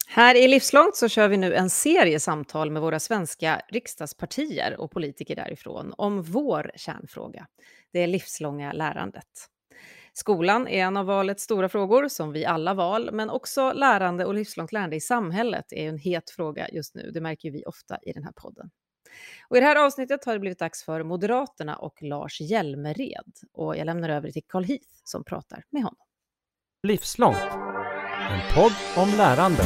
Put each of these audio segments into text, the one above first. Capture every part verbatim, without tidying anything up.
Här i Livslångt så kör vi nu en serie samtal med våra svenska riksdagspartier och politiker därifrån om vår kärnfråga, det livslånga lärandet. Skolan är en av valets stora frågor som vi alla val, men också lärande och livslångt lärande i samhället är en het fråga just nu. Det märker vi ofta i den här podden. Och i det här avsnittet har det blivit dags för Moderaterna och Lars Hjälmered. Och jag lämnar över till Carl Heath som pratar med honom. Livslångt, en podd om lärande.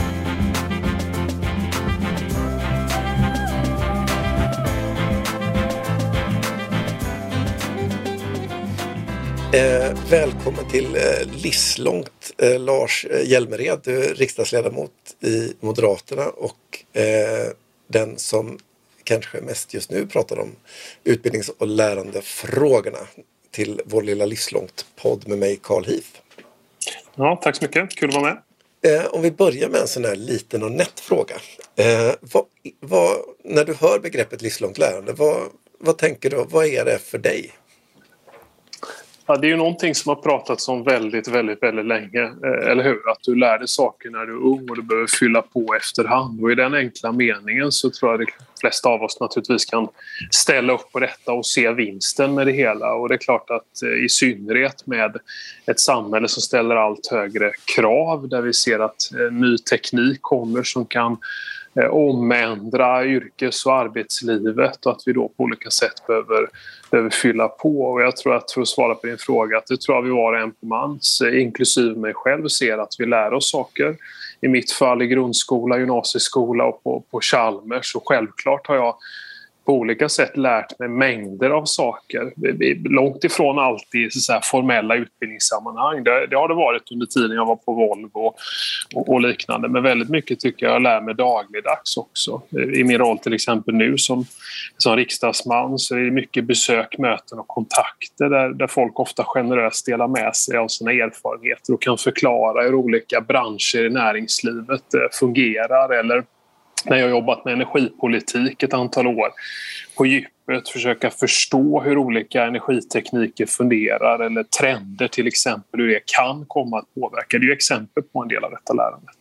Eh, välkommen till eh, Livslångt, eh, Lars Hjälmered, du är riksdagsledamot i Moderaterna och eh, den som kanske mest just nu pratar om utbildnings- och lärandefrågorna till vår lilla Livslångt-podd med mig, Carl Heath. Ja, tack så mycket. Kul att vara med. Eh, om vi börjar med en sån här liten och nätt fråga. Eh, vad, vad, när du hör begreppet livslångt lärande, vad, vad tänker du? Vad är det för dig? Ja, det är ju någonting som har pratats om väldigt, väldigt, väldigt länge, eller hur? Att du lär dig saker när du är ung och du behöver fylla på efterhand. Och i den enkla meningen så tror jag de flesta av oss naturligtvis kan ställa upp på detta och se vinsten med det hela. Och det är klart att i synnerhet med ett samhälle som ställer allt högre krav, där vi ser att ny teknik kommer som kan omändra yrkes- och arbetslivet och att vi då på olika sätt behöver, behöver fylla på. Och jag tror att för att svara på din fråga att det tror jag vi var en på mans, inklusive mig själv, ser att vi lär oss saker. I mitt fall i grundskola, gymnasieskola och på, på Chalmers, så självklart har jag på olika sätt lärt mig mängder av saker. Långt ifrån alltid så här formella utbildningssammanhang. Det, det har det varit under tiden jag var på Volvo och, och liknande. Men väldigt mycket tycker jag lär mig dagligdags också. I min roll till exempel nu som, som riksdagsman så är det mycket besök, möten och kontakter där, där folk ofta generöst delar med sig av sina erfarenheter och kan förklara hur olika branscher i näringslivet fungerar, eller när jag har jobbat med energipolitik ett antal år på djupet, försöka förstå hur olika energitekniker fungerar eller trender till exempel, hur det kan komma att påverka. Det är ju exempel på en del av detta lärandet.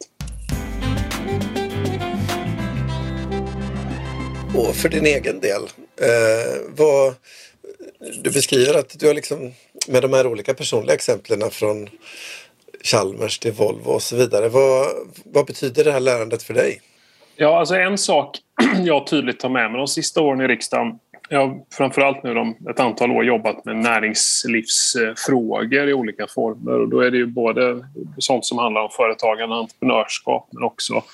Och för din egen del, eh, vad, du beskriver att du har liksom med de här olika personliga exemplen från Chalmers till Volvo och så vidare. Vad, vad betyder det här lärandet för dig? Ja, alltså en sak jag tydligt tar med mig de sista åren i riksdagen. Jag har framförallt nu de, ett antal år jobbat med näringslivsfrågor i olika former. Och då är det ju både sånt som handlar om företagande, entreprenörskap, men också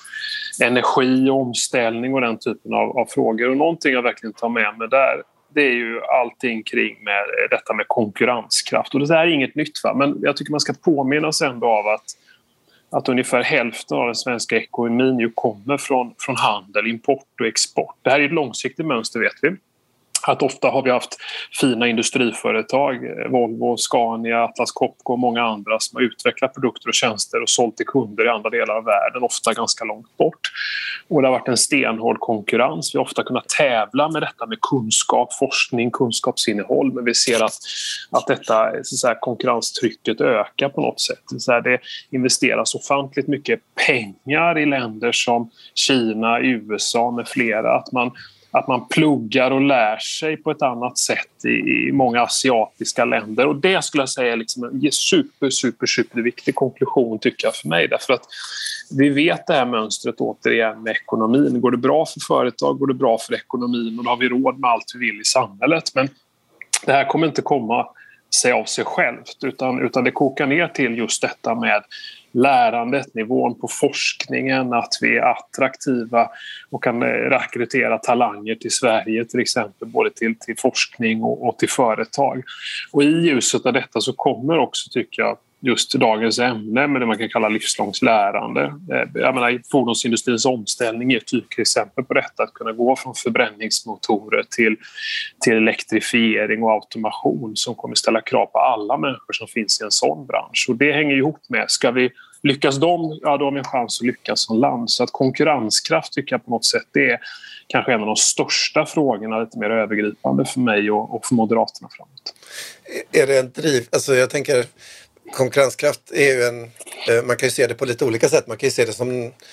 energi, omställning och den typen av, av frågor. Och någonting jag verkligen tar med mig där, det är ju allting kring med detta med konkurrenskraft. Och det här är inget nytt, va? Men jag tycker man ska påminna sig ändå av att att ungefär hälften av den svenska ekonomin ju kommer från, från handel, import och export. Det här är ett långsiktigt mönster, vet vi. Att ofta har vi haft fina industriföretag, Volvo, Scania, Atlas Copco och många andra som har utvecklat produkter och tjänster och sålt till kunder i andra delar av världen, ofta ganska långt bort. Och det har varit en stenhård konkurrens. Vi har ofta kunnat tävla med detta med kunskap, forskning, kunskapsinnehåll, men vi ser att, att detta så här, konkurrenstrycket ökar på något sätt. Så här, det investeras ofantligt mycket pengar i länder som Kina, U S A med flera, att man Att man pluggar och lär sig på ett annat sätt i, i många asiatiska länder. Och det skulle jag säga är liksom en super, super, super viktig konklusion tycker jag för mig. Därför att vi vet det här mönstret återigen med ekonomin. Går det bra för företag, går det bra för ekonomin och då har vi råd med allt vi vill i samhället. Men det här kommer inte komma sig av sig självt utan, utan det kokar ner till just detta med lärandet, nivån på forskningen, att vi är attraktiva och kan rekrytera talanger till Sverige till exempel, både till, till forskning och, och till företag. Och i ljuset av detta så kommer också, tycker jag, just dagens ämne med det man kan kalla livslångt lärande. Jag menar, fordonsindustrins omställning är ett tydligt exempel på detta, att kunna gå från förbränningsmotorer till, till elektrifiering och automation som kommer ställa krav på alla människor som finns i en sån bransch. Och det hänger ihop med, ska vi lyckas de, ja då har vi en chans att lyckas som land. Så att konkurrenskraft tycker jag på något sätt det är kanske en av de största frågorna, lite mer övergripande för mig och, och för Moderaterna framåt. Är det en driv, alltså jag tänker konkurrenskraft är ju en, man kan ju se det på lite olika sätt. Man kan ju se det som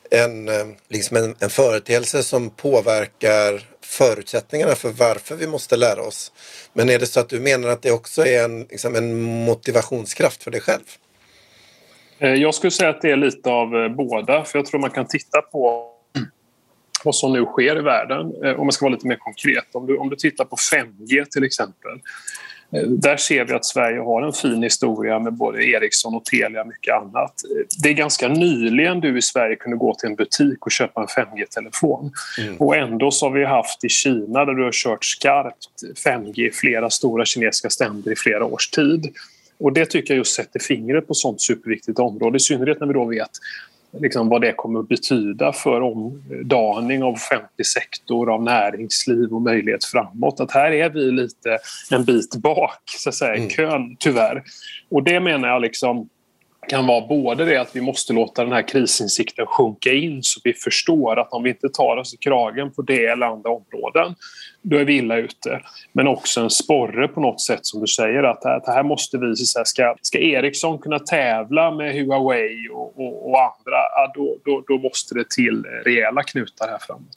en, liksom en, en företeelse som påverkar förutsättningarna för varför vi måste lära oss. Men är det så att du menar att det också är en, liksom en motivationskraft för dig själv? Jag skulle säga att det är lite av båda, för jag tror man kan titta på vad som nu sker i världen. Om man ska vara lite mer konkret, om du, om du tittar på fem G till exempel, där ser vi att Sverige har en fin historia med både Ericsson och Telia och mycket annat. Det är ganska nyligen du i Sverige kunde gå till en butik och köpa en fem G-telefon. Mm. Och ändå så har vi haft i Kina, där du har kört skarpt fem G i flera stora kinesiska ständer i flera års tid. Och det tycker jag just sätter fingret på sånt superviktigt område, i synnerhet när vi då vet liksom vad det kommer att betyda för omdaning av offentlig sektor, av näringsliv och möjlighet framåt. Att här är vi lite en bit bak, så att säga, i kön, tyvärr. Och det menar jag liksom kan vara både det att vi måste låta den här krisinsikten sjunka in, så vi förstår att om vi inte tar oss i kragen på det eller andra områden, då är vi illa ute. Men också en sporre på något sätt, som du säger, att det här, det här måste vi, så att säga, ska, ska Ericsson kunna tävla med Huawei och, och, och andra, ja, då, då, då måste det till rejäla knutar här framåt.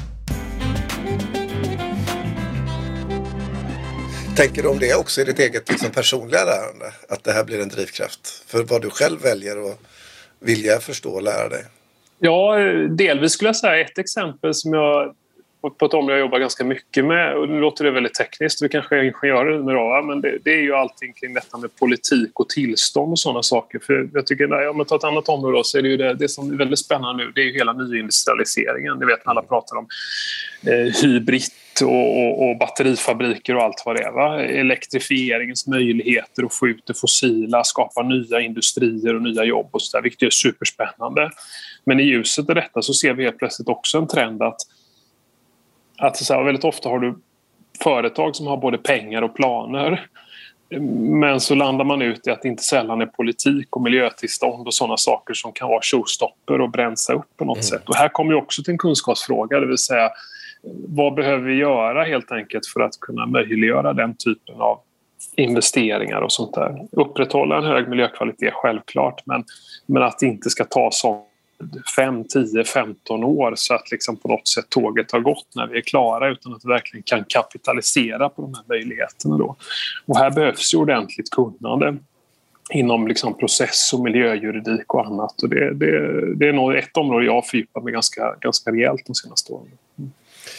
Tänker du om det också i ditt eget liksom, personliga lärande? Att det här blir en drivkraft för vad du själv väljer och vilja förstå och lära dig? Ja, delvis skulle jag säga ett exempel som jag på ett område jag jobbar ganska mycket med, och nu låter det väldigt tekniskt, vi kanske är ingenjörer med då, men det, det är ju allting kring detta med politik och tillstånd och sådana saker. För jag tycker, nej, om man tar ett annat område då, så är det ju det, det som är väldigt spännande nu, det är ju hela nyindustrialiseringen. Ni vet när alla pratar om eh, hybrid och, och, och batterifabriker och allt vad det är, va? Elektrifieringens möjligheter att få ut det fossila, skapa nya industrier och nya jobb och så där, vilket är superspännande. Men i ljuset av detta så ser vi helt plötsligt också en trend att Att så här, väldigt ofta har du företag som har både pengar och planer, men så landar man ut i att det inte sällan är politik och miljötillstånd och sådana saker som kan vara showstopper och bränsa upp på något mm. sätt. Och här kommer ju också till en kunskapsfråga, det vill säga vad behöver vi göra helt enkelt för att kunna möjliggöra den typen av investeringar och sånt där. Upprätthålla en hög miljökvalitet självklart, men, men att det inte ska ta sånt fem, tio, femton år så att liksom på något sätt tåget har gått när vi är klara, utan att vi verkligen kan kapitalisera på de här möjligheterna då. Och här behövs ju ordentligt kunnande inom liksom process- och miljöjuridik och annat. Och det, det, det är nog ett område jag har fördjupat mig ganska, ganska rejält de senaste åren. Mm.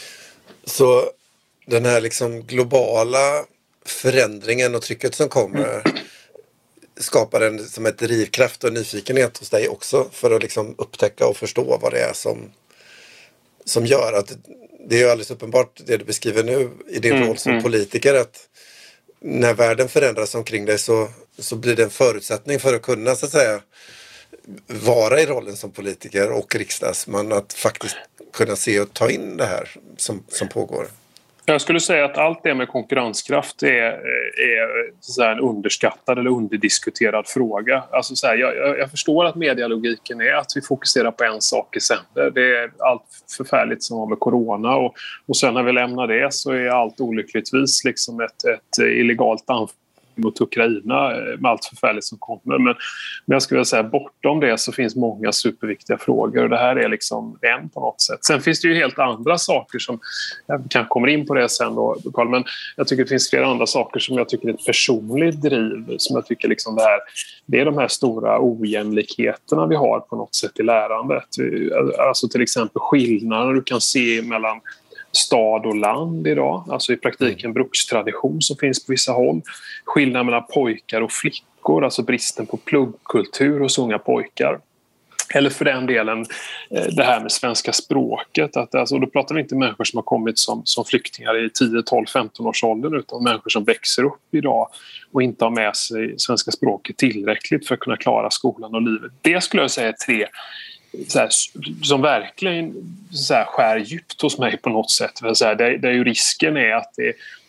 Så den här liksom globala förändringen och trycket som kommer mm. skapar en som ett drivkraft och nyfikenhet hos dig också för att liksom upptäcka och förstå vad det är som, som gör att det är ju alldeles uppenbart det du beskriver nu i din mm, roll som mm. politiker, att när världen förändras omkring dig så, så blir det en förutsättning för att kunna så att säga vara i rollen som politiker och riksdagsman, att faktiskt kunna se och ta in det här som, som pågår. Jag skulle säga att allt det med konkurrenskraft är, är så här en underskattad eller underdiskuterad fråga. Alltså så här, jag, jag förstår att medialogiken är att vi fokuserar på en sak i sänder. Det är allt förfärligt som har med corona, och, och sen när vi lämnar det så är allt olyckligtvis liksom ett, ett illegalt anfall mot Ukraina med allt förfärligt som kommer. Men, men jag skulle säga bortom det så finns många superviktiga frågor, och det här är liksom en på något sätt. Sen finns det ju helt andra saker som jag kanske kommer in på det sen då, Carl, men jag tycker det finns flera andra saker som jag tycker är ett personligt driv, som jag tycker liksom det här, det är de här stora ojämlikheterna vi har på något sätt i lärandet. Alltså till exempel skillnader du kan se mellan stad och land idag, alltså i praktiken brukstradition som finns på vissa håll. Skillnad mellan pojkar och flickor, alltså bristen på pluggkultur hos unga pojkar. Eller för den delen det här med svenska språket. Att, alltså, då pratar vi inte om människor som har kommit som, som flyktingar i tio, tolv, femton års ålder, utan människor som växer upp idag och inte har med sig svenska språket tillräckligt för att kunna klara skolan och livet. Det skulle jag säga är tre så här, som verkligen så här, skär djupt hos mig på något sätt. Så här, där, där ju risken är att det,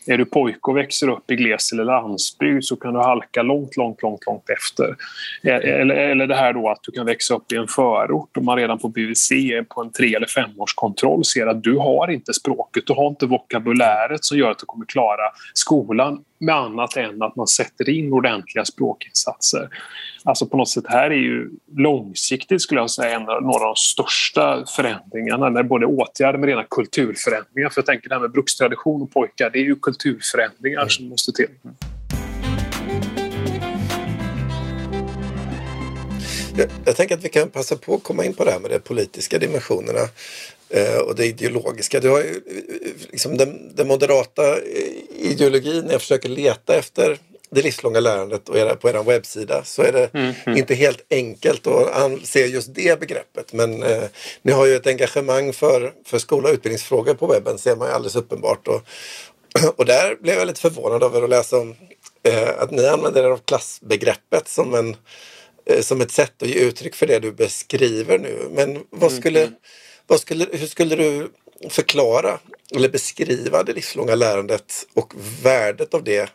är du pojke och växer upp i gles eller landsbygd så kan du halka långt, långt, långt, långt efter. Eller, eller det här då att du kan växa upp i en förort och man redan på B V C på en tre- eller femårskontroll ser att du har inte språket, du har inte vokabuläret som gör att du kommer klara skolan med annat än att man sätter in ordentliga språkinsatser. Alltså på något sätt här är ju långsiktigt skulle jag säga en av, några av de största förändringarna när både åtgärder med rena kulturförändringar, för jag tänker det här med brukstradition och pojkar, det är ju kulturförändringar mm. som måste till. Jag, jag tänker att vi kan passa på att komma in på det här med de politiska dimensionerna eh, och det ideologiska. Du har ju liksom den, den moderata ideologin, när jag försöker leta efter det livslånga lärandet och era, på er webbsida så är det mm, mm. inte helt enkelt att se just det begreppet. Men eh, ni har ju ett engagemang för, för skola och utbildningsfrågor på webben, ser man ju alldeles uppenbart. Och, och där blev jag lite förvånad över att läsa om eh, att ni använder er av klassbegreppet som, en, eh, som ett sätt att ge uttryck för det du beskriver nu. Men vad skulle, mm, mm. Vad skulle, hur skulle du förklara eller beskriva det livslånga lärandet och värdet av det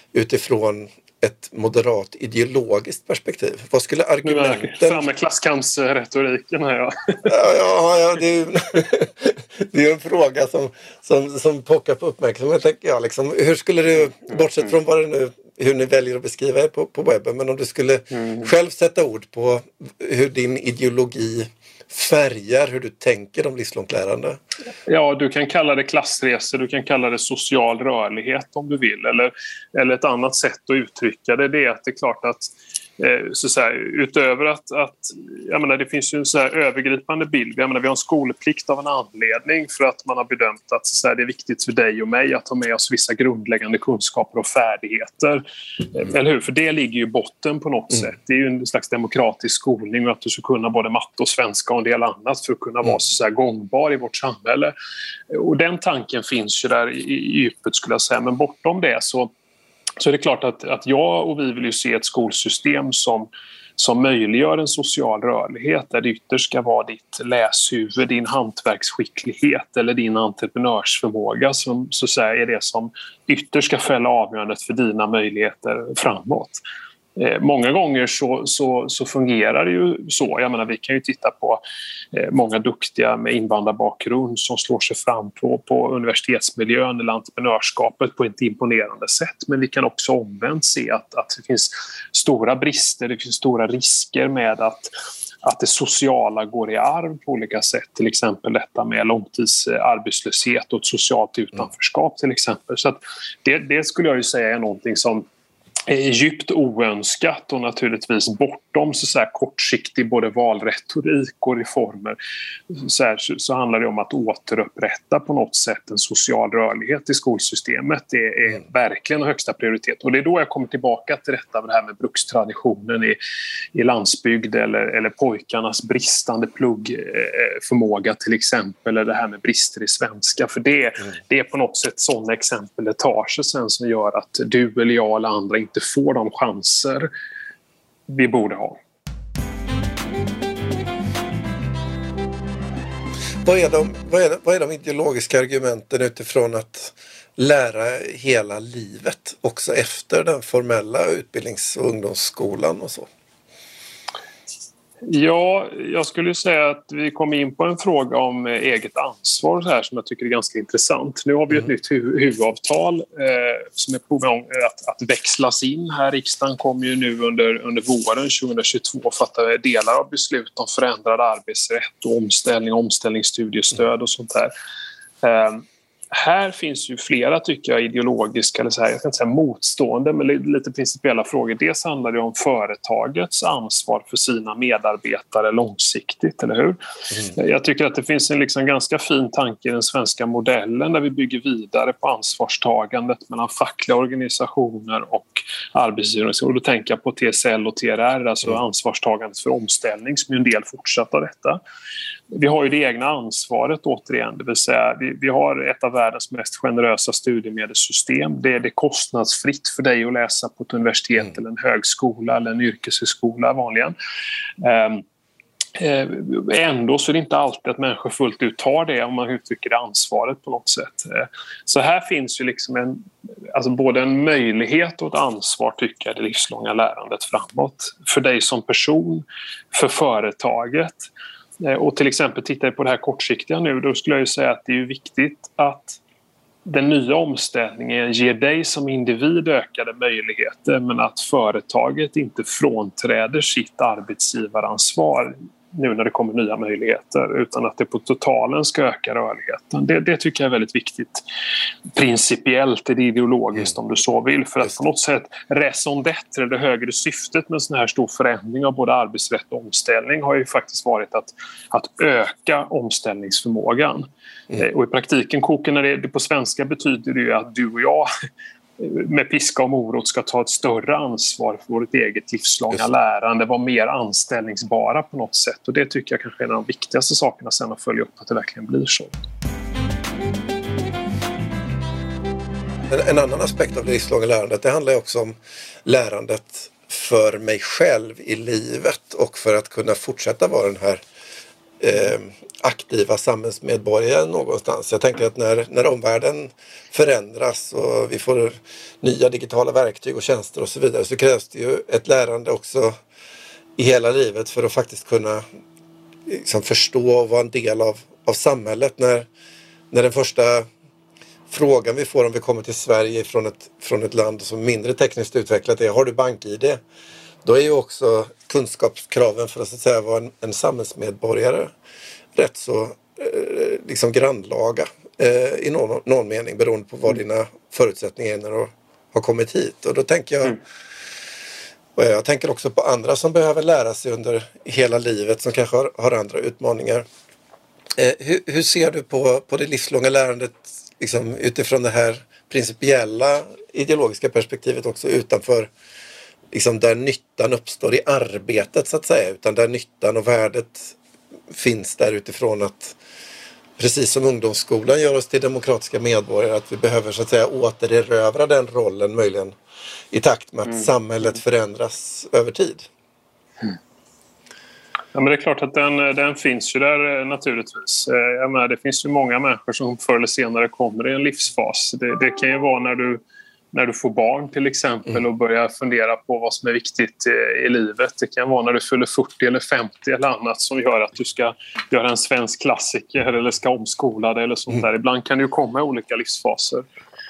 utifrån ett moderat ideologiskt perspektiv? Vad skulle argumenten... Fram med klasskampsretoriken här, ja. ja, ja, ja det, är ju, det är ju en fråga som, som, som pockar på uppmärksamhet, tänker jag. Liksom, hur skulle du, bortsett från vad det nu, hur ni väljer att beskriva det på, på webben, men om du skulle mm. själv sätta ord på hur din ideologi färgar hur du tänker om livslångt lärande? Ja, du kan kalla det klassresor, du kan kalla det social rörlighet om du vill. Eller, eller ett annat sätt att uttrycka det, det är att det är klart att eh, så att säga, utöver att, att jag menar, det finns ju en så här övergripande bild. Jag menar, vi har en skolplikt av en anledning för att man har bedömt att så här, det är viktigt för dig och mig att ha med oss vissa grundläggande kunskaper och färdigheter. Mm. Eller hur? För det ligger ju i botten på något mm. sätt. Det är ju en slags demokratisk skolning och att du ska kunna både matte och svenska och en del annat för att kunna vara så här gångbar i vårt samhälle. Och den tanken finns ju där i, i djupet skulle jag säga. Men bortom det så, så är det klart att, att jag och vi vill ju se ett skolsystem som, som möjliggör en social rörlighet där det ytterst ska vara ditt läshuvud, din hantverksskicklighet eller din entreprenörsförmåga som så att säga, är det som ytterst ska fälla avgörandet för dina möjligheter framåt. Eh, många gånger så, så, så fungerar det ju så. Jag menar, vi kan ju titta på eh, många duktiga med invandrarbakgrund som slår sig fram på, på universitetsmiljön eller entreprenörskapet på ett imponerande sätt. Men vi kan också omvänt se att, att det finns stora brister, det finns stora risker med att att det sociala går i arv på olika sätt. Till exempel detta med långtidsarbetslöshet och ett socialt utanförskap till exempel. Så att det, det skulle jag ju säga är någonting som är djupt oönskat och naturligtvis bortom så, så här kortsiktig både valretorik och reformer så, här, så, så handlar det om att återupprätta på något sätt en social rörlighet i skolsystemet. Det är mm. verkligen högsta prioritet och det är då jag kommer tillbaka till detta med det här med brukstraditionen i, i landsbygd eller, eller pojkarnas bristande pluggförmåga till exempel eller det här med brister i svenska för det, mm. det är på något sätt sådana exempel det tar sig sen som gör att du eller jag eller andra inte får de chanser vi borde ha. Vad är de, vad är, vad är de ideologiska argumenten utifrån att lära hela livet också efter den formella utbildnings- och ungdomsskolan och så? Ja, jag skulle säga att vi kommer in på en fråga om eget ansvar så här, som jag tycker är ganska intressant. Nu har vi ett mm. nytt hu- huvudavtal eh, som är på gång att, att växlas in här. Riksdagen kommer ju nu under, under våren tjugohundratjugotvå fatta delar av beslut om förändrad arbetsrätt och omställning, omställningsstudiestöd och sånt där. Eh, Här finns ju flera tycker jag ideologiska eller så här, jag ska inte säga motstående men lite principiella frågor. Dels handlar det om företagets ansvar för sina medarbetare långsiktigt, eller hur? Mm. Jag tycker att det finns en liksom ganska fin tanke i den svenska modellen där vi bygger vidare på ansvarstagandet mellan fackliga organisationer och arbetsgivare. Och då tänker jag på T S L och T R R, alltså mm. ansvarstagandet för omställning som är en del fortsatt av detta. Vi har ju det egna ansvaret återigen, det vill säga vi, vi har ett av världens mest generösa studiemedelssystem. Det är det kostnadsfritt för dig att läsa på ett universitet mm. eller en högskola eller en yrkeshögskola vanligen. Um, Eh, ändå så är det inte alltid att människor fullt ut tar det om man uttrycker det ansvaret på något sätt. Eh, så här finns ju liksom en, alltså både en möjlighet och ett ansvar, tycker jag, det livslånga lärandet framåt. För dig som person, för företaget. Eh, och till exempel tittar jag på det här kortsiktiga nu, då skulle jag ju säga att det är ju viktigt att den nya omställningen ger dig som individ ökade möjligheter, men att företaget inte frånträder sitt arbetsgivaransvar nu när det kommer nya möjligheter, utan att det på totalen ska öka rörligheten. Det, det tycker jag är väldigt viktigt. Principiellt är det ideologiskt, om du så vill, för att på något sätt raison d'être, det högre syftet med en sån här stor förändring av både arbetsrätt och omställning har ju faktiskt varit att, att öka omställningsförmågan. Mm. Och i praktiken, koken, när det, det på svenska betyder det ju att du och jag med piska och morot ska ta ett större ansvar för vårt eget livslånga lärande, vara mer anställningsbara på något sätt. Och det tycker jag kanske är en av de viktigaste sakerna sen att följa upp att det verkligen blir så. En, en annan aspekt av det livslånga lärandet, det handlar också om lärandet för mig själv i livet och för att kunna fortsätta vara den här eh, aktiva samhällsmedborgare någonstans. Jag tänker att när, när omvärlden förändras och vi får nya digitala verktyg och tjänster och så vidare, så krävs det ju ett lärande också i hela livet för att faktiskt kunna liksom förstå och vara en del av, av samhället. När, när den första frågan vi får om vi kommer till Sverige från ett, från ett land som är mindre tekniskt utvecklat är: har du bank-I D? Då är ju också kunskapskraven för att, så att säga, vara en, en samhällsmedborgare rätt så eh, liksom grannlaga eh, i någon, någon mening, beroende på vad dina förutsättningar är när du har kommit hit. Och då tänker jag, mm. och jag tänker också på andra som behöver lära sig under hela livet, som kanske har, har andra utmaningar. Eh, hur, hur ser du på, på det livslånga lärandet liksom, utifrån det här principiella ideologiska perspektivet också, utanför liksom där nyttan uppstår i arbetet så att säga, utan där nyttan och värdet finns där utifrån att, precis som ungdomsskolan gör oss till demokratiska medborgare, att vi behöver så att säga återerövra den rollen möjligen i takt med att mm. samhället förändras över tid. Mm. Ja, men det är klart att den, den finns ju där naturligtvis. Jag menar, det finns ju många människor som förr eller senare kommer i en livsfas. Det, det kan ju vara när du När du får barn till exempel mm. och börjar fundera på vad som är viktigt i, i livet. Det kan vara när du fyller fyrtio eller femtio eller annat som gör att du ska göra en svensk klassiker eller ska omskola dig eller sånt mm. där. Ibland kan det ju komma i olika livsfaser.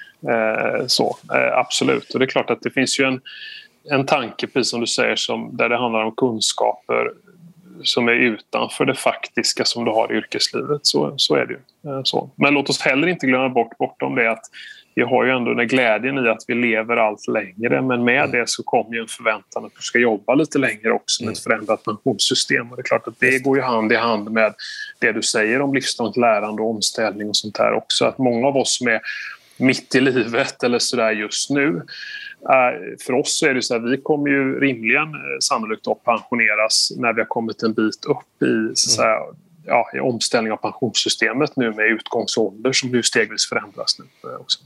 Eh, så, eh, absolut. Och det är klart att det finns ju en, en tanke, precis som du säger, som, där det handlar om kunskaper som är utanför det faktiska som du har i yrkeslivet. Så, så är det ju. Eh, så. Men låt oss heller inte glömma bort bortom det att vi har ju ändå den glädjen i att vi lever allt längre, men med mm. det så kommer ju en förväntan att du ska jobba lite längre också med ett förändrat pensionssystem. Och det är klart att det går ju hand i hand med det du säger om livslångt lärande och omställning och sånt här också. Att många av oss som är mitt i livet eller sådär just nu, för oss så är det så att vi kommer ju rimligen sannolikt att pensioneras när vi har kommit en bit upp i så att säga, ja, i omställning av pensionssystemet nu med utgångsålder som nu stegvis förändras nu också.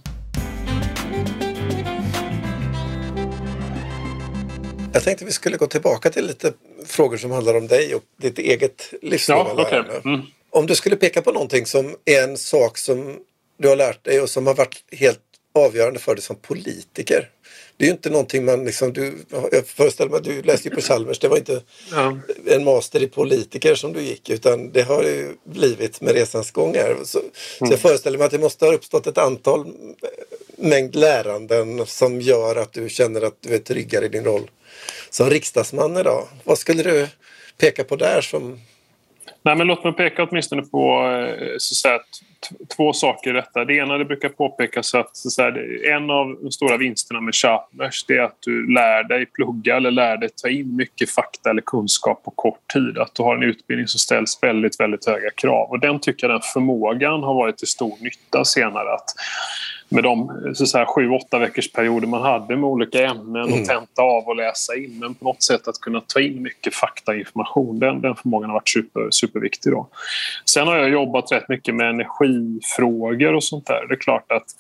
Jag tänkte vi skulle gå tillbaka till lite frågor som handlar om dig och ditt eget livslånga ja, okay. lärande. Mm. Om du skulle peka på någonting som är en sak som du har lärt dig och som har varit helt avgörande för dig som politiker. Det är ju inte någonting man liksom, du, jag föreställer mig att du läste ju på Chalmers, det var inte ja. en master i politiker som du gick, utan det har ju blivit med resans gång här. Så, mm. så jag föreställer mig att det måste ha uppstått ett antal mängd läranden som gör att du känner att du är tryggare i din roll som riksdagsman idag. Vad skulle du peka på där som... Nej, men låt mig peka åtminstone på så att säga, t- två saker i detta. Det ena, det brukar påpekas att så att säga, en av de stora vinsterna med Chalmers, det är att du lär dig plugga eller lär dig ta in mycket fakta eller kunskap på kort tid. Att du har en utbildning som ställs väldigt, väldigt höga krav. Och den tycker jag den förmågan har varit till stor nytta senare. Att med de så att säga, sju, åtta veckors perioder man hade med olika ämnen och mm. tenta av och läsa in. Men på något sätt att kunna ta in mycket fakta och information. Den, den förmågan har varit super, superviktig då. Sen har jag jobbat rätt mycket med energifrågor och sånt där. Det är klart att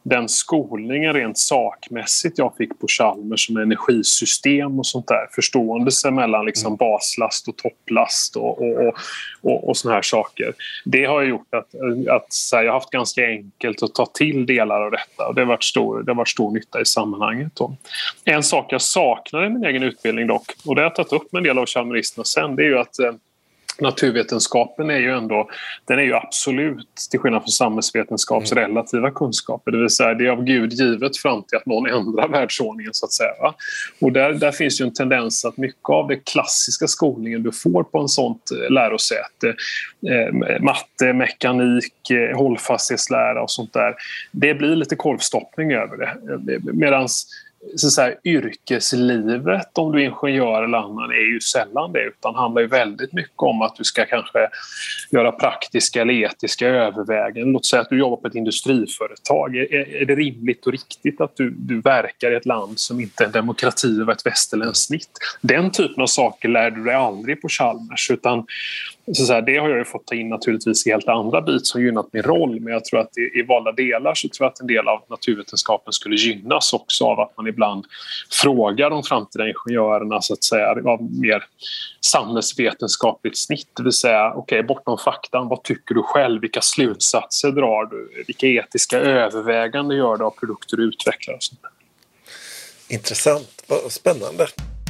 den skolningen rent sakmässigt jag fick på Chalmers som energisystem och sånt där, förståelse mellan liksom baslast och topplast och, och, och, och, och såna här saker. Det har gjort att, att så här, jag har haft ganska enkelt att ta till delar av detta och det har varit stor, det har varit stor nytta i sammanhanget. Då. En sak jag saknar i min egen utbildning dock, och det har jag tagit upp med en del av chalmeristerna sen, det är ju att eh, naturvetenskapen är ju ändå, den är ju absolut till skillnad från samhällsvetenskaps mm. relativa kunskaper, det vill säga det är av Gud givet fram till att någon ändrar världsordningen så att säga. Va? Och där, där finns ju en tendens att mycket av det klassiska skolningen du får på en sånt lärosäte, eh, matte, mekanik, eh, hållfasthetslära och sånt där, det blir lite korvstoppning över det. Medans så så här, yrkeslivet, om du är ingenjör eller annan, är ju sällan det, utan handlar ju väldigt mycket om att du ska kanske göra praktiska eller etiska överväganden. Låt säga att du jobbar på ett industriföretag. Är, är det rimligt och riktigt att du, du verkar i ett land som inte är en demokrati och ett västerländskt snitt? Den typen av saker lär du dig aldrig på Chalmers, utan så så här, det har jag ju fått ta in naturligtvis i helt andra bit som gynnat min roll, men jag tror att i, i valda delar så tror jag att en del av naturvetenskapen skulle gynnas också av att man ibland frågar de framtida ingenjörerna så att säga av mer samhällsvetenskapligt snitt, det vill säga okej, okay, bortom faktan, vad tycker du själv, vilka slutsatser drar du, vilka etiska överväganden gör du av produkter du utvecklar och sånt där. Intressant, vad spännande.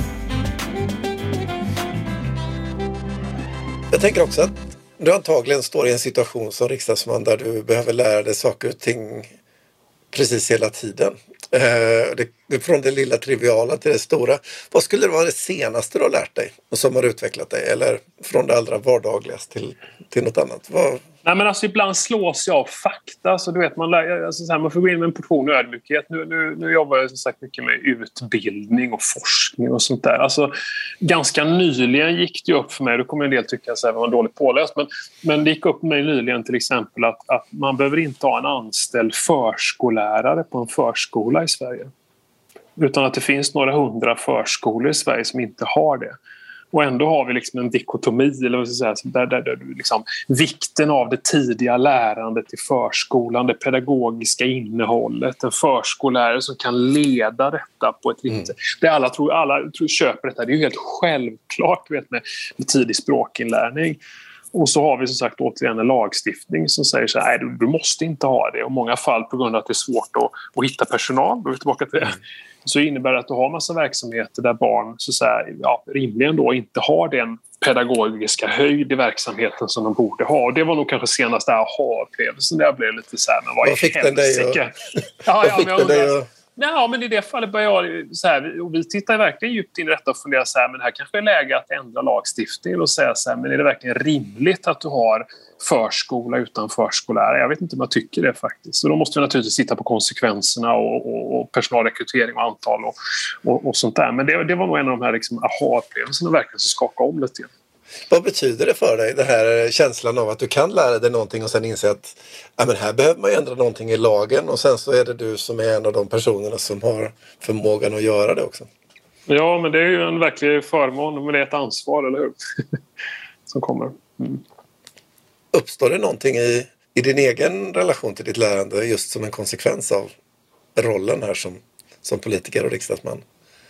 Jag tänker också att du antagligen står i en situation som riksdagsman där du behöver lära dig saker och ting precis hela tiden. Eh, det, från det lilla triviala till det stora. Vad skulle det vara det senaste du har lärt dig och som har utvecklat dig? Eller från det allra vardagligaste till, till något annat? Vad... Nej, men alltså ibland slås jag av fakta, så du vet, man, lär, alltså, så här, man får gå in med en portion ödmjukhet. Nu, nu, nu jobbar jag som sagt mycket med utbildning och forskning och sånt där. Alltså, ganska nyligen gick det upp för mig, då kommer en del tycka att jag var dåligt påläst, men, men det gick upp för mig nyligen till exempel att, att man behöver inte ha en anställd förskollärare på en förskola i Sverige. Utan att det finns några hundra förskolor i Sverige som inte har det. Och ändå har vi liksom en dikotomi, eller vad ska jag säga, där, där, där liksom, vikten av det tidiga lärandet i förskolan, det pedagogiska innehållet, en förskollärare som kan leda detta på ett riktigt sätt. Mm. Det alla tror, alla tror, köper detta, det är ju helt självklart, vet, med, med tidig språkinlärning. Och så har vi som sagt återigen en lagstiftning som säger så här, nej, du, du måste inte ha det. Och i många fall på grund av att det är svårt att, att hitta personal, då är vi tillbaka till det, så innebär det att du har massa verksamheter där barn så att säga, ja, rimligen då inte har den pedagogiska höjd i verksamheten som de borde ha. Och det var nog kanske senaste aha-upplevelsen där jag blev lite så här, men vad, vad fick den dig? Och... ja, ja, men jag undrar... Ja, men i det fallet börjar jag så här, och vi tittar verkligen djupt in i detta och funderar så här, men här kanske är läge att ändra lagstiftningen och säga så här, men är det verkligen rimligt att du har förskola utan förskollärare? Jag vet inte om jag tycker det faktiskt. Så då måste vi naturligtvis titta på konsekvenserna och, och, och personalrekrytering och antal och, och, och sånt där. Men det, det var nog en av de här liksom, aha-upplevelserna verkligen som skakade om lite. Vad betyder det för dig, den här känslan av att du kan lära dig någonting och sen inse att ja, men här behöver man ändra någonting i lagen, och sen så är det du som är en av de personerna som har förmågan att göra det också? Ja, men det är ju en verklig förmån, men det är ett ansvar, eller hur? som kommer. Mm. Uppstår det någonting i, i din egen relation till ditt lärande just som en konsekvens av rollen här som, som politiker och riksdagsman?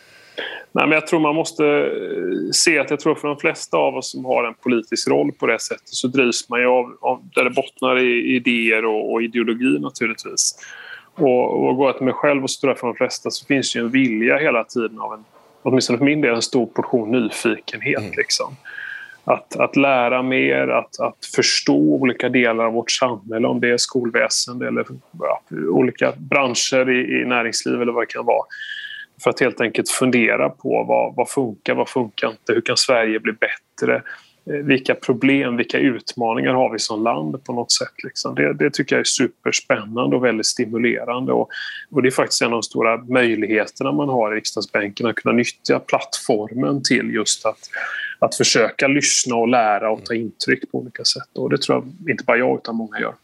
Nej, men jag tror man måste se att jag tror för de flesta av oss som har en politisk roll på det sättet så drivs man ju av, av där det bottnar i idéer och, och ideologi naturligtvis. Och, och går jag till mig själv och så tror jag för de flesta så finns ju en vilja hela tiden av en, åtminstone för min del, en stor portion nyfikenhet mm. liksom. Att, att lära mer, att, att förstå olika delar av vårt samhälle, om det är skolväsen eller ja, olika branscher i, i näringsliv eller vad det kan vara. För att helt enkelt fundera på vad, vad funkar, vad funkar inte, hur kan Sverige bli bättre, vilka problem, vilka utmaningar har vi som land på något sätt. Liksom. Det, det tycker jag är superspännande och väldigt stimulerande. Och, och det är faktiskt en av de stora möjligheterna man har i riksdagsbänken, att kunna nyttja plattformen till just att, att försöka lyssna och lära och ta intryck på olika sätt. Och det tror jag inte bara jag utan många gör.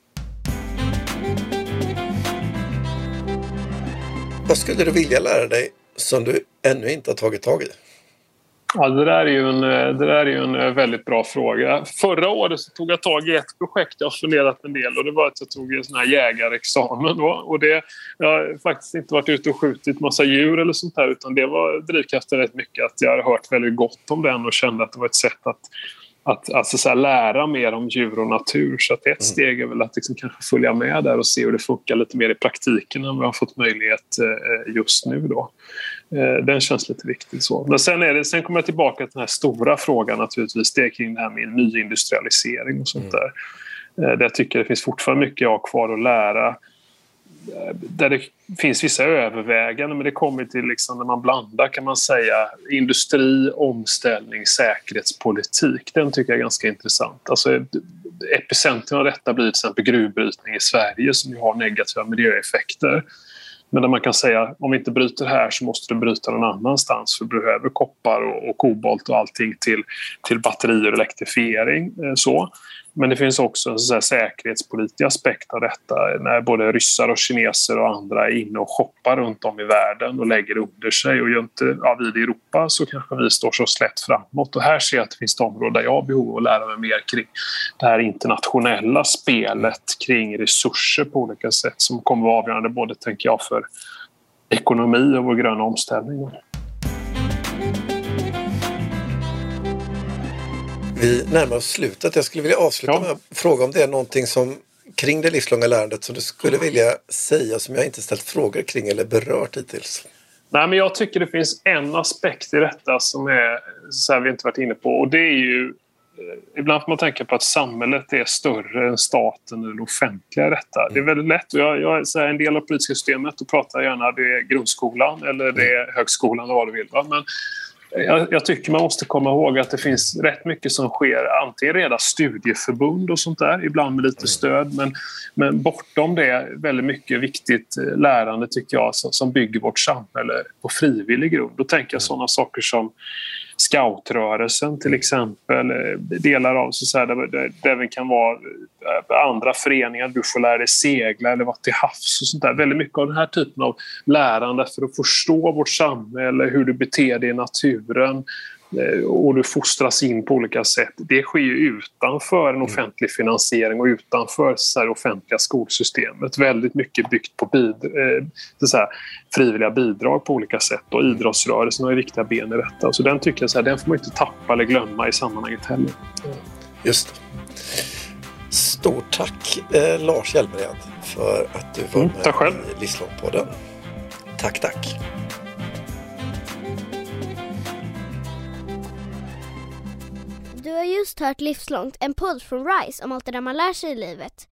Vad skulle du vilja lära dig som du ännu inte har tagit tag i? Ja, det där är ju en, det där är ju en väldigt bra fråga. Förra året så tog jag tag i ett projekt jag har funderat en del och det var att jag tog en sån här jägarexamen då. Och det, jag har faktiskt inte varit ute och skjutit massa djur eller sånt här utan det var drivkraften rätt mycket att jag har hört väldigt gott om den och kände att det var ett sätt att Att alltså, så här, lära mer om djur och natur. Så att ett steg är väl att liksom, kanske följa med där och se hur det funkar lite mer i praktiken än vi har fått möjlighet eh, just nu då. Eh, den känns lite viktig så. Men sen, är det, sen kommer jag tillbaka till den här stora frågan naturligtvis. Det är kring det här med nyindustrialisering och sånt där. Eh, där jag tycker det finns fortfarande mycket jag har kvar att lära. Där det finns vissa överväganden men det kommer till liksom när man blandar kan man säga industri, omställning, säkerhetspolitik. Den tycker jag är ganska intressant. Alltså epicentrum av detta blir till exempel gruvbrytning i Sverige som ju har negativa miljöeffekter. Men där man kan säga om vi inte bryter här så måste du bryta någon annanstans för du behöver koppar och, och kobolt och allting till, till batterier och elektrifiering. Så. Men det finns också en så här säkerhetspolitisk aspekt av detta när både ryssar och kineser och andra är inne och shoppar runt om i världen och lägger under sig. Och gör inte ja, vi i Europa så kanske vi står så slätt framåt. Och här ser jag att det finns områden där jag har behov av att lära mig mer kring det här internationella spelet kring resurser på olika sätt som kommer att vara avgörande både tänker jag för ekonomi och vår gröna omställning. Vi närmar oss slutet. Jag skulle vilja avsluta ja. med att fråga om det är någonting som kring det livslånga lärandet som du skulle vilja säga som jag inte ställt frågor kring eller berört hittills. Nej, men jag tycker det finns en aspekt i detta som är så här vi inte varit inne på och det är ju ibland får man tänka på att samhället är större än staten eller det offentliga i detta. Mm. Det är väldigt lätt och jag, jag är så här, en del av politiska systemet och pratar gärna det är grundskolan eller det är högskolan eller vad du vill va? Men Jag, jag tycker man måste komma ihåg att det finns rätt mycket som sker antingen redan studieförbund och sånt där, ibland med lite stöd men, men bortom det väldigt mycket viktigt lärande tycker jag som, som bygger vårt samhälle på frivillig grund. Då tänker jag sådana saker som scoutrörelsen till exempel, delar av så här, där, där det även kan vara andra föreningar, du får lära dig segla eller vara till havs och sånt där. Väldigt mycket av den här typen av lärande för att förstå vårt samhälle, hur du beter dig i naturen och du fostras in på olika sätt. Det sker ju utanför en offentlig finansiering och utanför så här, offentliga skolsystemet. Väldigt mycket byggt på bid- eh, så här, frivilliga bidrag på olika sätt och idrottsrörelsen har ju viktiga ben i detta. Så den tycker jag så här, den får man inte tappa eller glömma i sammanhanget heller. Just det. Stort tack eh, Lars Hjälmered för att du var mm, med tack själv. i Livslångpodden. Tack, tack. Du har just hört Livslångt, en podd från RISE om allt det där man lär sig i livet.